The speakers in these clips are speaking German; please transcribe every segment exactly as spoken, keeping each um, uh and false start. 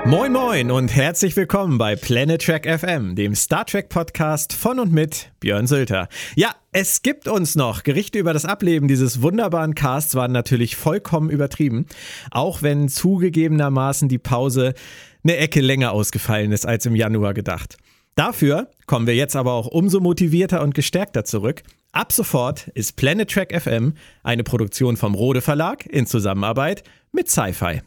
Moin Moin und herzlich willkommen bei Planet Trek F M, dem Star Trek Podcast von und mit Björn Sülter. Ja, es gibt uns noch. Gerichte über das Ableben dieses wunderbaren Casts waren natürlich vollkommen übertrieben, auch wenn zugegebenermaßen die Pause eine Ecke länger ausgefallen ist als im Januar gedacht. Dafür kommen wir jetzt aber auch umso motivierter und gestärkter zurück. Ab sofort ist Planet Trek F M eine Produktion vom Rode Verlag in Zusammenarbeit mit Sci-Fi.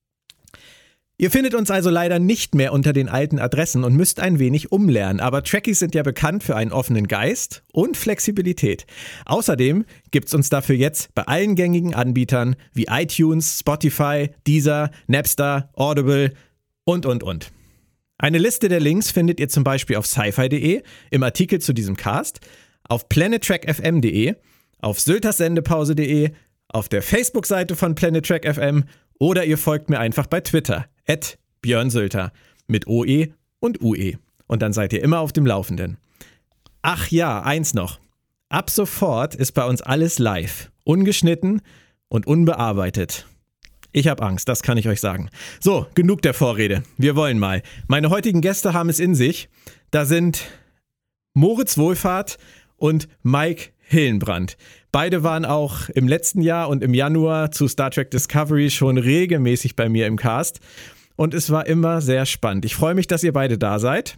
Ihr findet uns also leider nicht mehr unter den alten Adressen und müsst ein wenig umlernen, aber Trekkies sind ja bekannt für einen offenen Geist und Flexibilität. Außerdem gibt's uns dafür jetzt bei allen gängigen Anbietern wie iTunes, Spotify, Deezer, Napster, Audible und, und, und. Eine Liste der Links findet ihr zum Beispiel auf sci fi punkt de, im Artikel zu diesem Cast, auf planet trek f m punkt de, auf sylterssendepause punkt de, auf der Facebook-Seite von Planet Trek F M oder ihr folgt mir einfach bei Twitter, at Björn Sülter, mit O E und U E. Und dann seid ihr immer auf dem Laufenden. Ach ja, eins noch. Ab sofort ist bei uns alles live, ungeschnitten und unbearbeitet. Ich habe Angst, das kann ich euch sagen. So, genug der Vorrede. Wir wollen mal. Meine heutigen Gäste haben es in sich. Da sind Moritz Wohlfahrt und Mike Hillenbrand. Beide waren auch im letzten Jahr und im Januar zu Star Trek Discovery schon regelmäßig bei mir im Cast. Und es war immer sehr spannend. Ich freue mich, dass ihr beide da seid.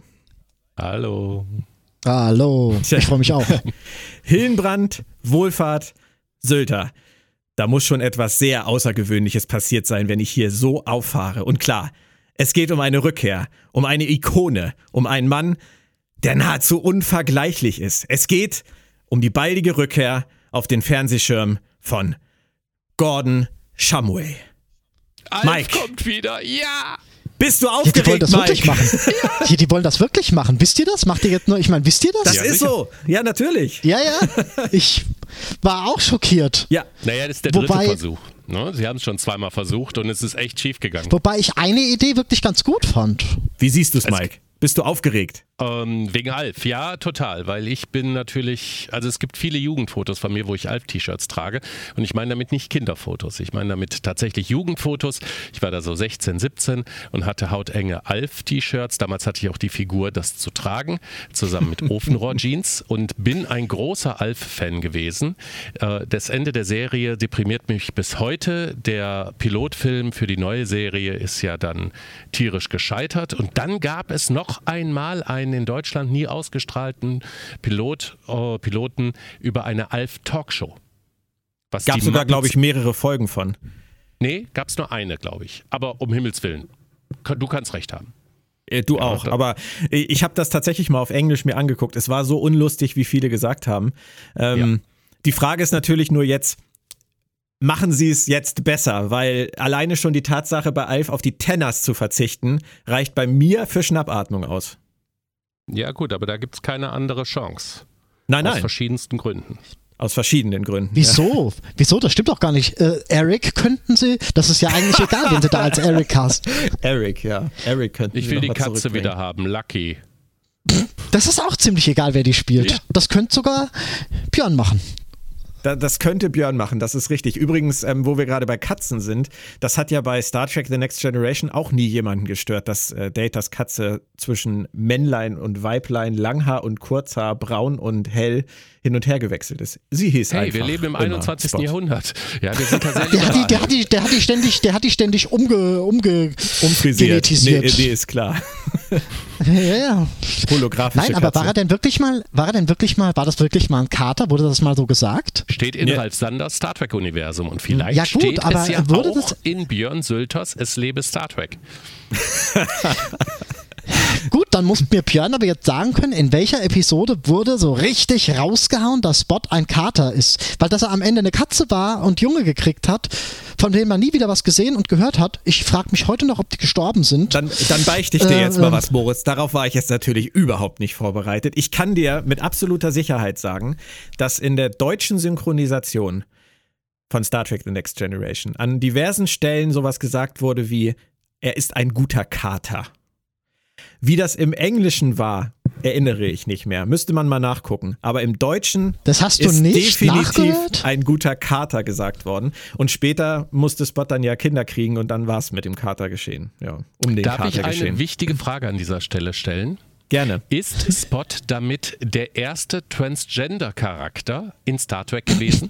Hallo. Hallo, ich freue mich auch. Hillenbrand, Wohlfahrt, Sülter. Da muss schon etwas sehr Außergewöhnliches passiert sein, wenn ich hier so auffahre. Und klar, es geht um eine Rückkehr, um eine Ikone, um einen Mann, der nahezu unvergleichlich ist. Es geht um die baldige Rückkehr auf den Fernsehschirm von Gordon Shumway. Alf Mike kommt wieder, ja! Bist du Ja, aufgeregt, die wollen das Mike? wirklich machen. Ja. Die, die wollen das wirklich machen. Wisst ihr das? Macht ihr jetzt nur, ich meine, wisst ihr das? Das Ja, ist sicher. so. Ja, natürlich. Ja, ja. Ich war auch schockiert. Ja. Naja, das ist der Wobei- dritte Versuch. Ne? Sie haben es schon zweimal versucht und es ist echt schief gegangen. Wobei ich eine Idee wirklich ganz gut fand. Wie siehst du es, Es- Mike? Bist du aufgeregt? Ähm, wegen Alf, ja, total, weil ich bin natürlich, also es gibt viele Jugendfotos von mir, wo ich Alf-T-Shirts trage und ich meine damit nicht Kinderfotos, ich meine damit tatsächlich Jugendfotos. Ich war da so sechzehn, siebzehn und hatte hautenge Alf-T-Shirts, damals hatte ich auch die Figur, das zu tragen, zusammen mit Ofenrohr-Jeans und bin ein großer Alf-Fan gewesen. Äh, das Ende der Serie deprimiert mich bis heute. Der Pilotfilm für die neue Serie ist ja dann tierisch gescheitert und dann gab es noch einmal einen in Deutschland nie ausgestrahlten Pilot, äh, Piloten über eine Alf-Talkshow. Was Gab die sogar, Muppets- glaube ich, mehrere Folgen von. Nee, gab es nur eine, glaube ich. Aber um Himmels Willen, du kannst recht haben. Äh, Du Ja, auch, da- aber äh, ich habe das tatsächlich mal auf Englisch mir angeguckt. Es war so unlustig, wie viele gesagt haben. Ähm, Die Frage ist natürlich nur jetzt, machen sie es jetzt besser? Weil alleine schon die Tatsache, bei Alf auf die Tenors zu verzichten, reicht bei mir für Schnappatmung aus. Ja gut, aber da gibt es keine andere Chance. Nein, Aus nein, verschiedensten Gründen. aus verschiedenen Gründen. Wieso? Wieso? Das stimmt doch gar nicht. Äh, Eric könnten sie? Das ist ja eigentlich egal, wen sie da als Eric cast. Ja. Eric, ja. Eric könnten Ich wir will noch die mal Katze zurückbringen. wieder haben, Lucky. Das ist auch ziemlich egal, wer die spielt. Ja. Das könnte sogar Björn machen. Da, das könnte Björn machen, das ist richtig. Übrigens, ähm, wo wir gerade bei Katzen sind, das hat ja bei Star Trek The Next Generation auch nie jemanden gestört, dass äh, Datas Katze zwischen Männlein und Weiblein, Langhaar und Kurzhaar, braun und hell hin und her gewechselt ist. Sie hieß Hey, einfach wir leben im immer einundzwanzigsten Spot. Jahrhundert. Ja, wir sind tatsächlich Der hat die, der überall. hat die, der hat die ständig, der hat die ständig umge, umge Umfrisiert. genetisiert. Nee, nee, ist klar. Ja, ja. Holographische Nein, aber Katze. war er denn wirklich mal, war er denn wirklich mal, war das wirklich mal ein Kater? Wurde das mal so gesagt? Steht in Ja. Ralf Sanders Star Trek-Universum und vielleicht Ja, gut, steht aber es ja wurde auch das- in Björn Sülters Es lebe Star Trek. Gut, dann muss mir Björn aber jetzt sagen können, in welcher Episode wurde so richtig rausgehauen, dass Spot ein Kater ist. Weil dass er am Ende eine Katze war und Junge gekriegt hat, von denen man nie wieder was gesehen und gehört hat. Ich frage mich heute noch, ob die gestorben sind. Dann, dann beichte ich dir Äh, jetzt mal ähm. was, Moritz. Darauf war ich jetzt natürlich überhaupt nicht vorbereitet. Ich kann dir mit absoluter Sicherheit sagen, dass in der deutschen Synchronisation von Star Trek The Next Generation an diversen Stellen sowas gesagt wurde wie, er ist ein guter Kater. Wie das im Englischen war, erinnere ich nicht mehr. Müsste man mal nachgucken. Aber im Deutschen das hast du ist nicht definitiv nachgehört? ein guter Kater gesagt worden. Und später musste Spot dann ja Kinder kriegen und dann war es mit dem Kater geschehen. Ja, um den Darf Kater ich eine geschehen. wichtige Frage an dieser Stelle stellen? Gerne. Ist Spot damit der erste Transgender-Charakter in Star Trek gewesen?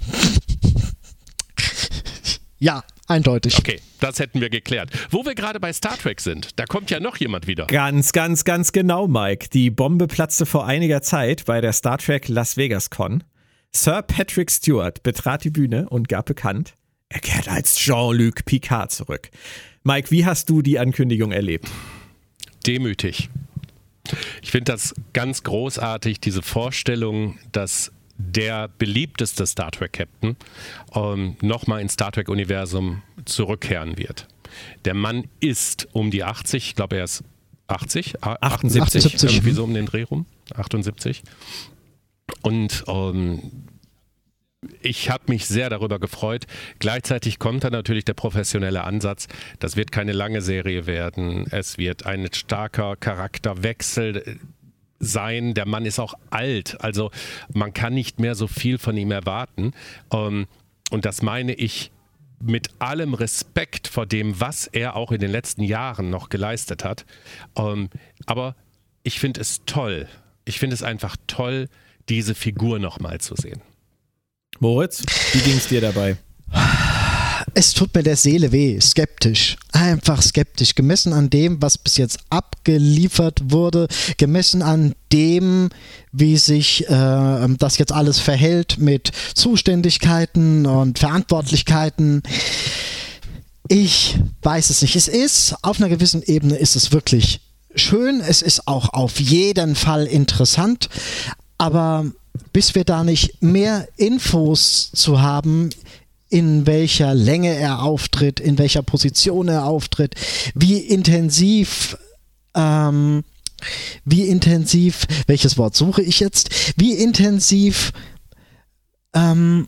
Ja, eindeutig. Okay, das hätten wir geklärt. Wo wir gerade bei Star Trek sind, da kommt ja noch jemand wieder. Ganz, ganz, ganz genau, Mike. Die Bombe platzte vor einiger Zeit bei der Star Trek Las Vegas Con. Sir Patrick Stewart betrat die Bühne und gab bekannt, er kehrt als Jean-Luc Picard zurück. Mike, wie hast du die Ankündigung erlebt? Demütig. Ich finde das ganz großartig, diese Vorstellung, dass der beliebteste Star Trek-Captain ähm, nochmal ins Star Trek-Universum zurückkehren wird. Der Mann ist um die achtzig, ich glaube er ist achtzig, achtundsiebzig, achtundsiebzig, irgendwie so um den Dreh rum, achtundsiebzig. Und ähm, ich habe mich sehr darüber gefreut. Gleichzeitig kommt dann natürlich der professionelle Ansatz. Das wird keine lange Serie werden. Es wird ein starker Charakterwechsel sein. Der Mann ist auch alt. Also man kann nicht mehr so viel von ihm erwarten. Und das meine ich mit allem Respekt vor dem, was er auch in den letzten Jahren noch geleistet hat. Aber ich finde es toll. Ich finde es einfach toll, diese Figur nochmal zu sehen. Moritz, wie ging es dir dabei? Es tut mir der Seele weh, skeptisch, einfach skeptisch, gemessen an dem, was bis jetzt abgeliefert wurde, gemessen an dem, wie sich äh, das jetzt alles verhält mit Zuständigkeiten und Verantwortlichkeiten. Ich weiß es nicht. Es ist, auf einer gewissen Ebene ist es wirklich schön, es ist auch auf jeden Fall interessant, aber bis wir da nicht mehr Infos zu haben, in welcher Länge er auftritt, in welcher Position er auftritt, wie intensiv, ähm, wie intensiv, welches Wort suche ich jetzt, wie intensiv, ähm,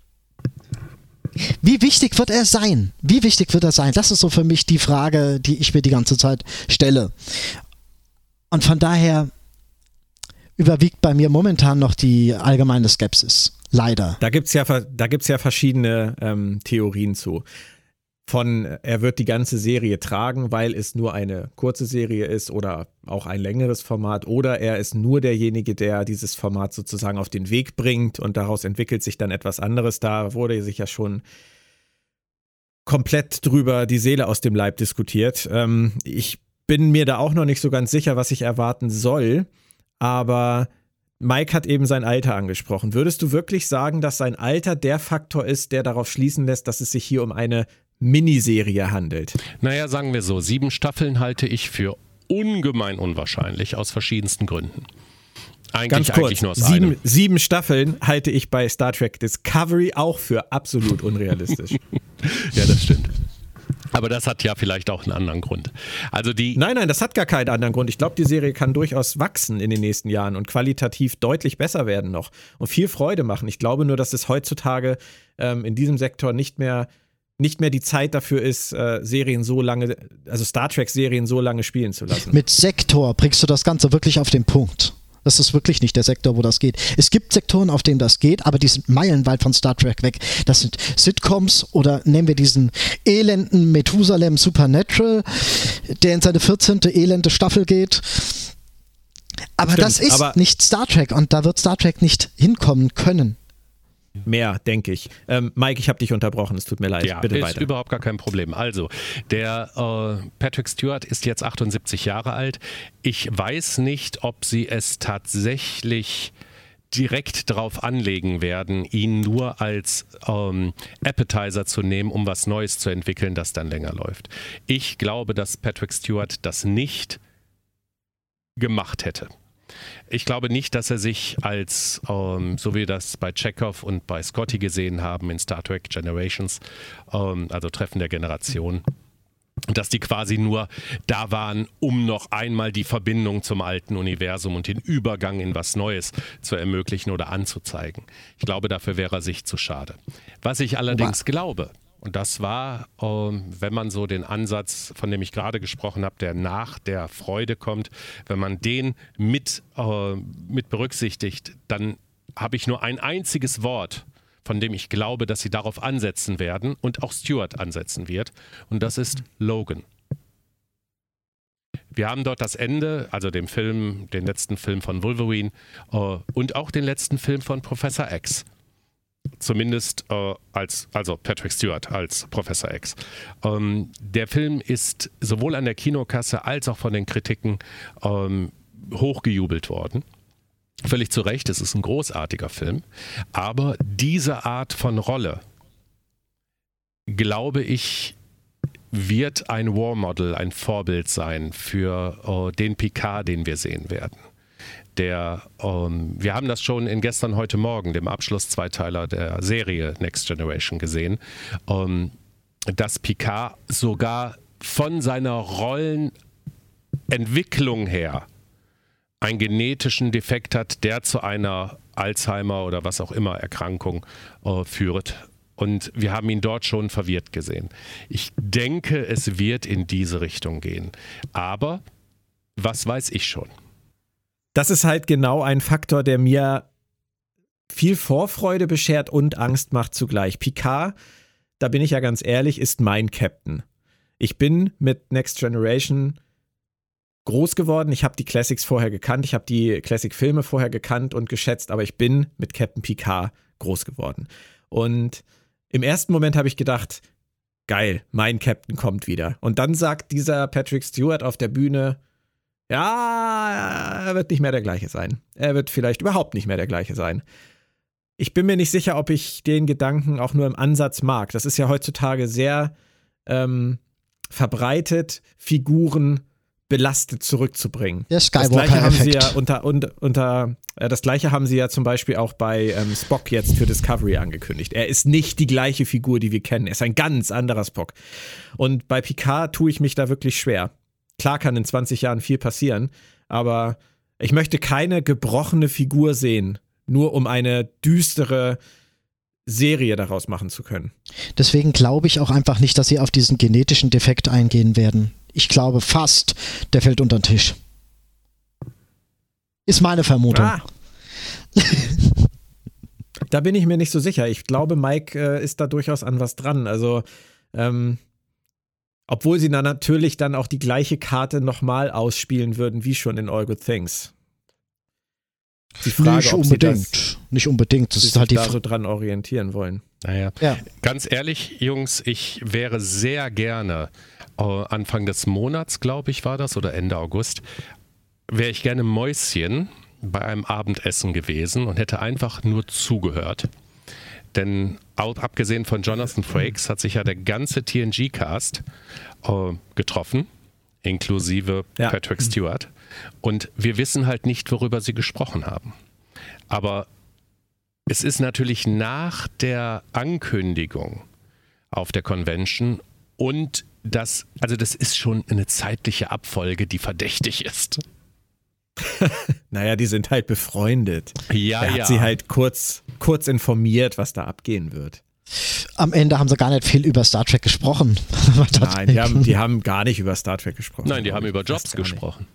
wie wichtig wird er sein? Wie wichtig wird er sein? Das ist so für mich die Frage, die ich mir die ganze Zeit stelle. Und von daher überwiegt bei mir momentan noch die allgemeine Skepsis. Leider. Da gibt es ja, da gibt's ja verschiedene ähm, Theorien zu. Von, er wird die ganze Serie tragen, weil es nur eine kurze Serie ist oder auch ein längeres Format, oder er ist nur derjenige, der dieses Format sozusagen auf den Weg bringt und daraus entwickelt sich dann etwas anderes. Da wurde sich ja schon komplett drüber die Seele aus dem Leib diskutiert. Ähm, ich bin mir da auch noch nicht so ganz sicher, was ich erwarten soll, aber Mike hat eben sein Alter angesprochen. Würdest du wirklich sagen, dass sein Alter der Faktor ist, der darauf schließen lässt, dass es sich hier um eine Miniserie handelt? Naja, sagen wir so, sieben Staffeln halte ich für ungemein unwahrscheinlich, aus verschiedensten Gründen. Eigentlich, Ganz kurz, eigentlich nur aus sieben, einem. sieben Staffeln halte ich bei Star Trek Discovery auch für absolut unrealistisch. Ja, das stimmt. Aber das hat ja vielleicht auch einen anderen Grund. Also die Nein, nein, das hat gar keinen anderen Grund. Ich glaube, die Serie kann durchaus wachsen in den nächsten Jahren und qualitativ deutlich besser werden noch und viel Freude machen. Ich glaube nur, dass es heutzutage ähm, in diesem Sektor nicht mehr, nicht mehr die Zeit dafür ist, äh, Serien so lange, also Star Trek-Serien so lange spielen zu lassen. Mit Sektor bringst du das Ganze wirklich auf den Punkt. Das ist wirklich nicht der Sektor, wo das geht. Es gibt Sektoren, auf denen das geht, aber die sind meilenweit von Star Trek weg. Das sind Sitcoms oder nehmen wir diesen elenden Methusalem Supernatural, der in seine vierzehnte elende Staffel geht. Aber Stimmt, das ist aber nicht Star Trek und da wird Star Trek nicht hinkommen können. Mehr, denke ich. Ähm, Mike, ich habe dich unterbrochen, es tut mir leid. Ja, Bitte ist weiter. Überhaupt gar kein Problem. Also, der äh, Patrick Stewart ist jetzt achtundsiebzig Jahre alt. Ich weiß nicht, ob sie es tatsächlich direkt drauf anlegen werden, ihn nur als ähm, Appetizer zu nehmen, um was Neues zu entwickeln, das dann länger läuft. Ich glaube, dass Patrick Stewart das nicht gemacht hätte. Ich glaube nicht, dass er sich als, ähm, so wie wir das bei Chekhov und bei Scotty gesehen haben in Star Trek Generations, ähm, also Treffen der Generation, dass die quasi nur da waren, um noch einmal die Verbindung zum alten Universum und den Übergang in was Neues zu ermöglichen oder anzuzeigen. Ich glaube, dafür wäre er sich zu schade. Was ich allerdings glaube, Und das war, ähm, wenn man so den Ansatz, von dem ich gerade gesprochen habe, der nach der Freude kommt, wenn man den mit, äh, mit berücksichtigt, dann habe ich nur ein einziges Wort, von dem ich glaube, dass sie darauf ansetzen werden und auch Stewart ansetzen wird. Und das ist Logan. Wir haben dort das Ende, also den Film, den letzten Film von Wolverine äh, und auch den letzten Film von Professor X. Zumindest äh, als, also Patrick Stewart als Professor X. Ähm, der Film ist sowohl an der Kinokasse als auch von den Kritiken ähm, hochgejubelt worden. Völlig zu Recht, es ist ein großartiger Film. Aber diese Art von Rolle, glaube ich, wird ein War Model, ein Vorbild sein für äh, den Picard, den wir sehen werden. Der, ähm, wir haben das schon in Gestern, heute Morgen, dem Abschluss-Zweiteiler der Serie Next Generation gesehen, ähm, dass Picard sogar von seiner Rollenentwicklung her einen genetischen Defekt hat, der zu einer Alzheimer oder was auch immer Erkrankung äh, führt. Und wir haben ihn dort schon verwirrt gesehen. Ich denke, es wird in diese Richtung gehen. Aber was weiß ich schon? Das ist halt genau ein Faktor, der mir viel Vorfreude beschert und Angst macht zugleich. Picard, da bin ich ja ganz ehrlich, ist mein Captain. Ich bin mit Next Generation groß geworden. Ich habe die Classics vorher gekannt, ich habe die Classic-Filme vorher gekannt und geschätzt, aber ich bin mit Captain Picard groß geworden. Und im ersten Moment habe ich gedacht, geil, mein Captain kommt wieder. Und dann sagt dieser Patrick Stewart auf der Bühne, ja, er wird nicht mehr der gleiche sein. Er wird vielleicht überhaupt nicht mehr der gleiche sein. Ich bin mir nicht sicher, ob ich den Gedanken auch nur im Ansatz mag. Das ist ja heutzutage sehr ähm, verbreitet, Figuren belastet zurückzubringen. Der das gleiche haben sie Skywalker-Effekt. ja unter, unter, unter äh, das gleiche haben sie ja zum Beispiel auch bei ähm, Spock jetzt für Discovery angekündigt. Er ist nicht die gleiche Figur, die wir kennen. Er ist ein ganz anderer Spock. Und bei Picard tue ich mich da wirklich schwer. Klar kann in zwanzig Jahren viel passieren, aber ich möchte keine gebrochene Figur sehen, nur um eine düstere Serie daraus machen zu können. Deswegen glaube ich auch einfach nicht, dass sie auf diesen genetischen Defekt eingehen werden. Ich glaube fast, der fällt unter den Tisch. Ist meine Vermutung. Ah. Da bin ich mir nicht so sicher. Ich glaube, Mike äh, ist da durchaus an was dran. Also, ähm, obwohl sie dann natürlich dann auch die gleiche Karte nochmal ausspielen würden, wie schon in All Good Things. Die Frage, nicht ob unbedingt. sie das, nicht unbedingt. Das ist halt die da Frage. so dran orientieren wollen. Naja, Ja. Ganz ehrlich, Jungs, ich wäre sehr gerne äh, Anfang des Monats, glaube ich, war das, oder Ende August, wäre ich gerne Mäuschen bei einem Abendessen gewesen und hätte einfach nur zugehört. Denn auch, abgesehen von Jonathan Frakes hat sich ja der ganze T N G-Cast äh, getroffen, inklusive Ja. Patrick Stewart. Und wir wissen halt nicht, worüber sie gesprochen haben. Aber es ist natürlich nach der Ankündigung auf der Convention und das, also das ist schon eine zeitliche Abfolge, die verdächtig ist. Naja, die sind halt befreundet. Ja, er hat ja. sie halt kurz, kurz informiert, was da abgehen wird. Am Ende haben sie gar nicht viel über Star Trek gesprochen. Nein, die haben, die haben gar nicht über Star Trek gesprochen. Nein, die haben über Jobs Fast gar nicht. gesprochen.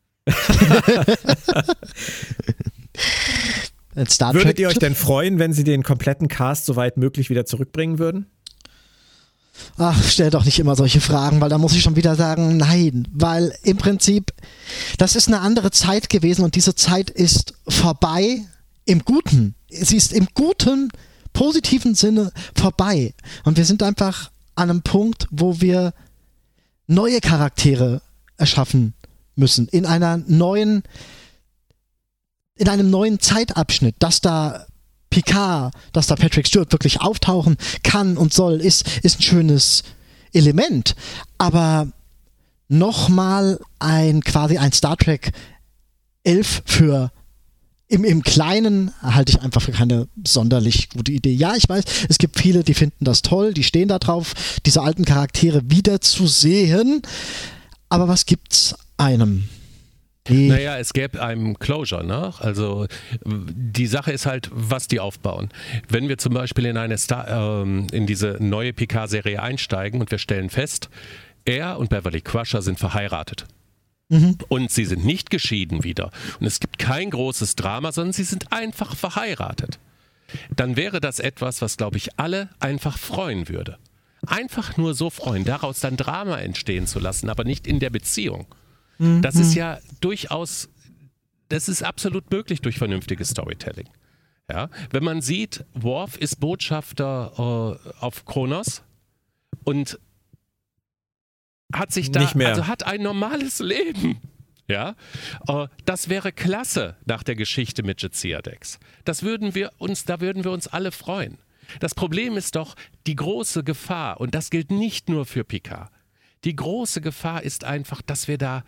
Star Würdet Trek ihr euch denn freuen, wenn sie den kompletten Cast soweit möglich wieder zurückbringen würden? Ach, stell doch nicht immer solche Fragen, weil da muss ich schon wieder sagen, nein, weil im Prinzip, das ist eine andere Zeit gewesen und diese Zeit ist vorbei im Guten. Sie ist im guten, positiven Sinne vorbei. Und wir sind einfach an einem Punkt, wo wir neue Charaktere erschaffen müssen, in einer neuen, in einem neuen Zeitabschnitt, dass da Picard, dass da Patrick Stewart wirklich auftauchen kann und soll, ist, ist ein schönes Element. Aber nochmal ein, quasi ein Star Trek elf für im, im Kleinen halte ich einfach für keine sonderlich gute Idee. Ja, ich weiß, es gibt viele, die finden das toll, die stehen da drauf, diese alten Charaktere wieder zu sehen. Aber was gibt's einem? Nee. Naja, es gäbe einem Closure, ne? Also die Sache ist halt, was die aufbauen. Wenn wir zum Beispiel in eine Star, ähm, in diese neue Picard-Serie einsteigen und wir stellen fest, er und Beverly Crusher sind verheiratet. Mhm. Und sie sind nicht geschieden wieder. Und es gibt kein großes Drama, sondern sie sind einfach verheiratet. Dann wäre das etwas, was, glaube ich, alle einfach freuen würde. Einfach nur so freuen, daraus dann Drama entstehen zu lassen, aber nicht in der Beziehung. Mhm. Das ist ja durchaus, das ist absolut möglich durch vernünftiges Storytelling. Ja? Wenn man sieht, Worf ist Botschafter äh, auf Kronos und hat sich da, nicht mehr. also hat ein normales Leben. Ja, äh, das wäre klasse nach der Geschichte mit Jadzia Dax. Das würden wir uns, da würden wir uns alle freuen. Das Problem ist doch die große Gefahr, und das gilt nicht nur für Picard. Die große Gefahr ist einfach, dass wir da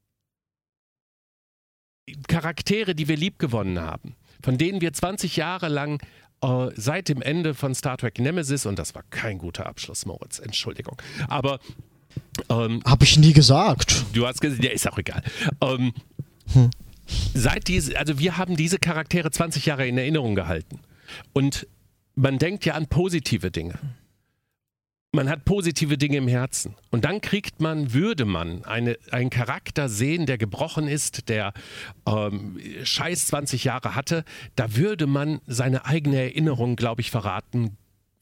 Charaktere, die wir liebgewonnen haben, von denen wir zwanzig Jahre lang äh, seit dem Ende von Star Trek Nemesis, und das war kein guter Abschluss, Moritz, Entschuldigung, aber ähm, habe ich nie gesagt. Du hast gesagt, ja, ist auch egal. Ähm, hm. Seit diese, also wir haben diese Charaktere zwanzig Jahre in Erinnerung gehalten. Und man denkt ja an positive Dinge. Man hat positive Dinge im Herzen. Und dann kriegt man, würde man eine, einen Charakter sehen, der gebrochen ist, der ähm, scheiß zwanzig Jahre hatte, da würde man seine eigene Erinnerung, glaube ich, verraten,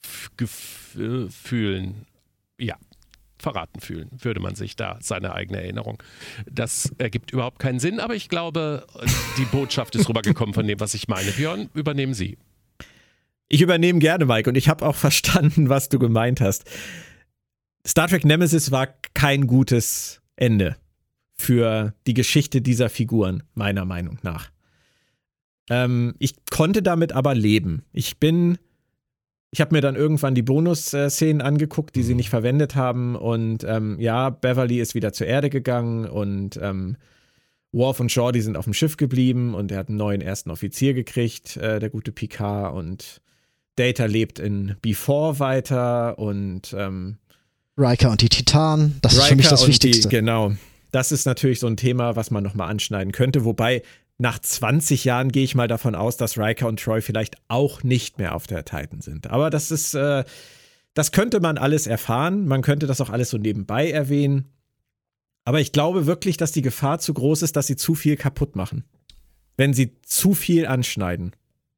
fühlen. Ja. verraten fühlen, würde man sich da seine eigene Erinnerung. Das ergibt überhaupt keinen Sinn, aber ich glaube, die Botschaft ist rübergekommen von dem, was ich meine. Björn, übernehmen Sie. Ich übernehme gerne, Mike, und ich habe auch verstanden, was du gemeint hast. Star Trek Nemesis war kein gutes Ende für die Geschichte dieser Figuren, meiner Meinung nach. Ähm, ich konnte damit aber leben. Ich bin Ich habe mir dann irgendwann die Bonus-Szenen angeguckt, die sie nicht verwendet haben. Und ähm, ja, Beverly ist wieder zur Erde gegangen und ähm, Worf und Geordi sind auf dem Schiff geblieben und er hat einen neuen ersten Offizier gekriegt, äh, der gute Picard. Und Data lebt in Before weiter und ähm, Riker und die Titanen, das Riker ist für mich das und Wichtigste. Die, genau, das ist natürlich so ein Thema, was man nochmal anschneiden könnte. Wobei nach zwanzig Jahren gehe ich mal davon aus, dass Riker und Troy vielleicht auch nicht mehr auf der Titan sind. Aber das ist, äh, das könnte man alles erfahren. Man könnte das auch alles so nebenbei erwähnen. Aber ich glaube wirklich, dass die Gefahr zu groß ist, dass sie zu viel kaputt machen. Wenn sie zu viel anschneiden.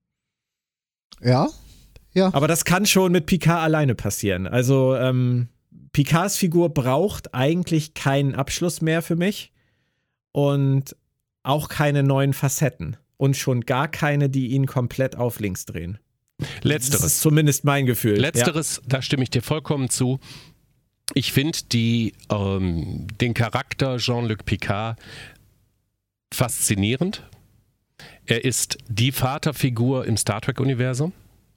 Ja, ja. Aber das kann schon mit Picard alleine passieren. Also, ähm, Picards Figur braucht eigentlich keinen Abschluss mehr für mich. Und auch keine neuen Facetten und schon gar keine, die ihn komplett auf links drehen. Letzteres. Das ist zumindest mein Gefühl. Letzteres, ja. Da stimme ich dir vollkommen zu. Ich finde ähm, den Charakter Jean-Luc Picard faszinierend. Er ist die Vaterfigur im Star Trek-Universum.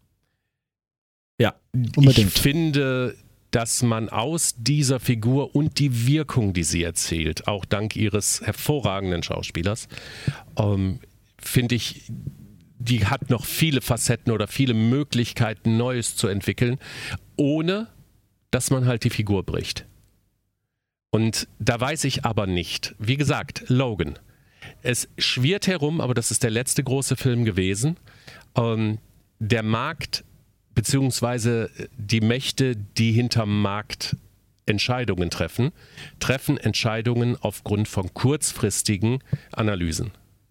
Ja, unbedingt. Ich finde, dass man aus dieser Figur und die Wirkung, die sie erzielt, auch dank ihres hervorragenden Schauspielers, ähm, finde ich, die hat noch viele Facetten oder viele Möglichkeiten, Neues zu entwickeln, ohne dass man halt die Figur bricht. Und da weiß ich aber nicht, wie gesagt, Logan. Es schwirrt herum, aber das ist der letzte große Film gewesen. Ähm, der Markt beziehungsweise die Mächte, die hinterm Markt Entscheidungen treffen, treffen Entscheidungen aufgrund von kurzfristigen Analysen.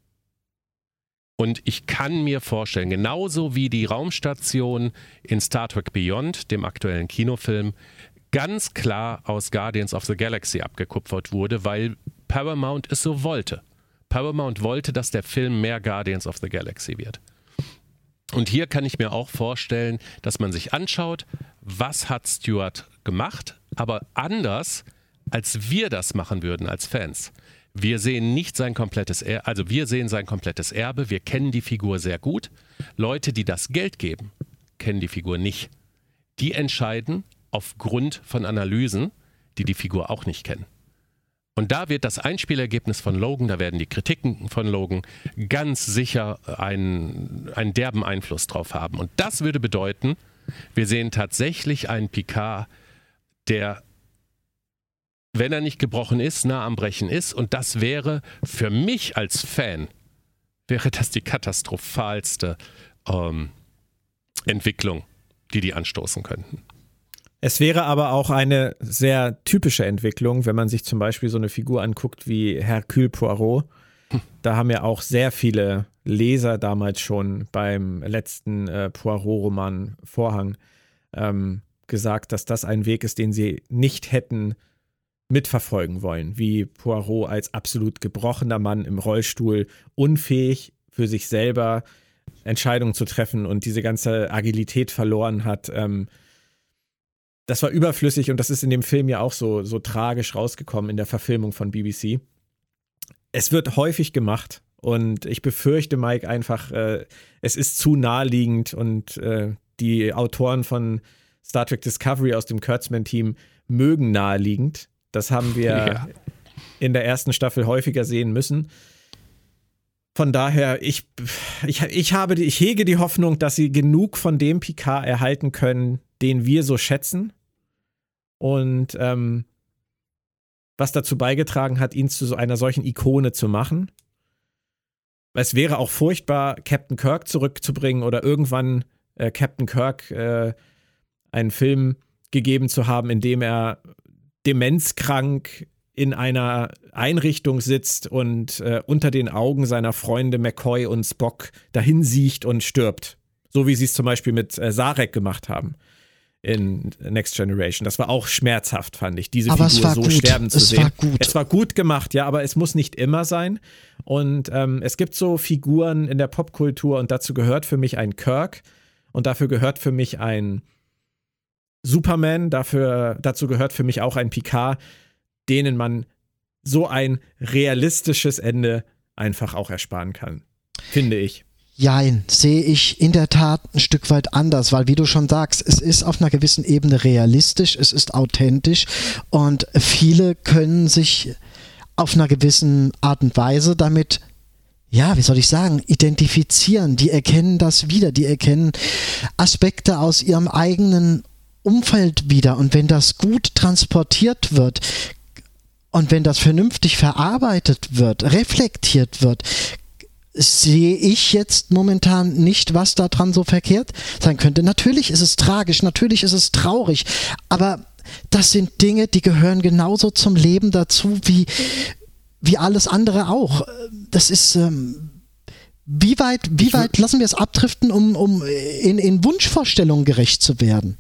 Und ich kann mir vorstellen, genauso wie die Raumstation in Star Trek Beyond, dem aktuellen Kinofilm, ganz klar aus Guardians of the Galaxy abgekupfert wurde, weil Paramount es so wollte. Paramount wollte, dass der Film mehr Guardians of the Galaxy wird. Und hier kann ich mir auch vorstellen, dass man sich anschaut, was hat Stewart gemacht, aber anders, als wir das machen würden als Fans. Wir sehen nicht sein komplettes Erbe, also wir sehen sein komplettes Erbe, wir kennen die Figur sehr gut. Leute, die das Geld geben, kennen die Figur nicht. Die entscheiden aufgrund von Analysen, die die Figur auch nicht kennen. Und da wird das Einspielergebnis von Logan, da werden die Kritiken von Logan ganz sicher einen, einen derben Einfluss drauf haben. Und das würde bedeuten, wir sehen tatsächlich einen Picard, der wenn er nicht gebrochen ist, nah am Brechen ist. Und das wäre für mich als Fan, wäre das die katastrophalste ähm, Entwicklung, die die anstoßen könnten. Es wäre aber auch eine sehr typische Entwicklung, wenn man sich zum Beispiel so eine Figur anguckt wie Hercule Poirot. Da haben ja auch sehr viele Leser damals schon beim letzten äh, Poirot-Roman Vorhang ähm, gesagt, dass das ein Weg ist, den sie nicht hätten mitverfolgen wollen. Wie Poirot als absolut gebrochener Mann im Rollstuhl, unfähig für sich selber Entscheidungen zu treffen und diese ganze Agilität verloren hat. Ähm, das war überflüssig und das ist in dem Film ja auch so, so tragisch rausgekommen in der Verfilmung von B B C. Es wird häufig gemacht und ich befürchte, Mike, einfach, äh, es ist zu naheliegend und äh, die Autoren von Star Trek Discovery aus dem Kurtzman-Team mögen naheliegend. Das haben wir ja. in der ersten Staffel häufiger sehen müssen. Von daher, ich, ich, ich, habe die, ich hege die Hoffnung, dass sie genug von dem Picard erhalten können, den wir so schätzen. Und ähm, was dazu beigetragen hat, ihn zu so einer solchen Ikone zu machen. Es wäre auch furchtbar, Captain Kirk zurückzubringen oder irgendwann äh, Captain Kirk äh, einen Film gegeben zu haben, in dem er demenzkrank in einer Einrichtung sitzt und äh, unter den Augen seiner Freunde McCoy und Spock dahin siecht und stirbt. So wie sie es zum Beispiel mit äh, Sarek gemacht haben in Next Generation. Das war auch schmerzhaft, fand ich, diese aber Figur so gut. sterben zu es sehen. War gut. Es war gut gemacht, ja, aber es muss nicht immer sein. Und ähm, es gibt so Figuren in der Popkultur und dazu gehört für mich ein Kirk und dafür gehört für mich ein Superman, dafür, dazu gehört für mich auch ein Picard, denen man so ein realistisches Ende einfach auch ersparen kann, finde ich. Jein, sehe ich in der Tat ein Stück weit anders, weil wie du schon sagst, es ist auf einer gewissen Ebene realistisch, es ist authentisch und viele können sich auf einer gewissen Art und Weise damit, ja, wie soll ich sagen, identifizieren. Die erkennen das wieder, die erkennen Aspekte aus ihrem eigenen Umfeld wieder und wenn das gut transportiert wird und wenn das vernünftig verarbeitet wird, reflektiert wird, sehe ich jetzt momentan nicht, was da dran so verkehrt sein könnte. Natürlich ist es tragisch, natürlich ist es traurig, aber das sind Dinge, die gehören genauso zum Leben dazu wie, wie alles andere auch. Das ist, ähm, wie weit, wie weit lassen wir es abdriften, um, um in, in Wunschvorstellungen gerecht zu werden?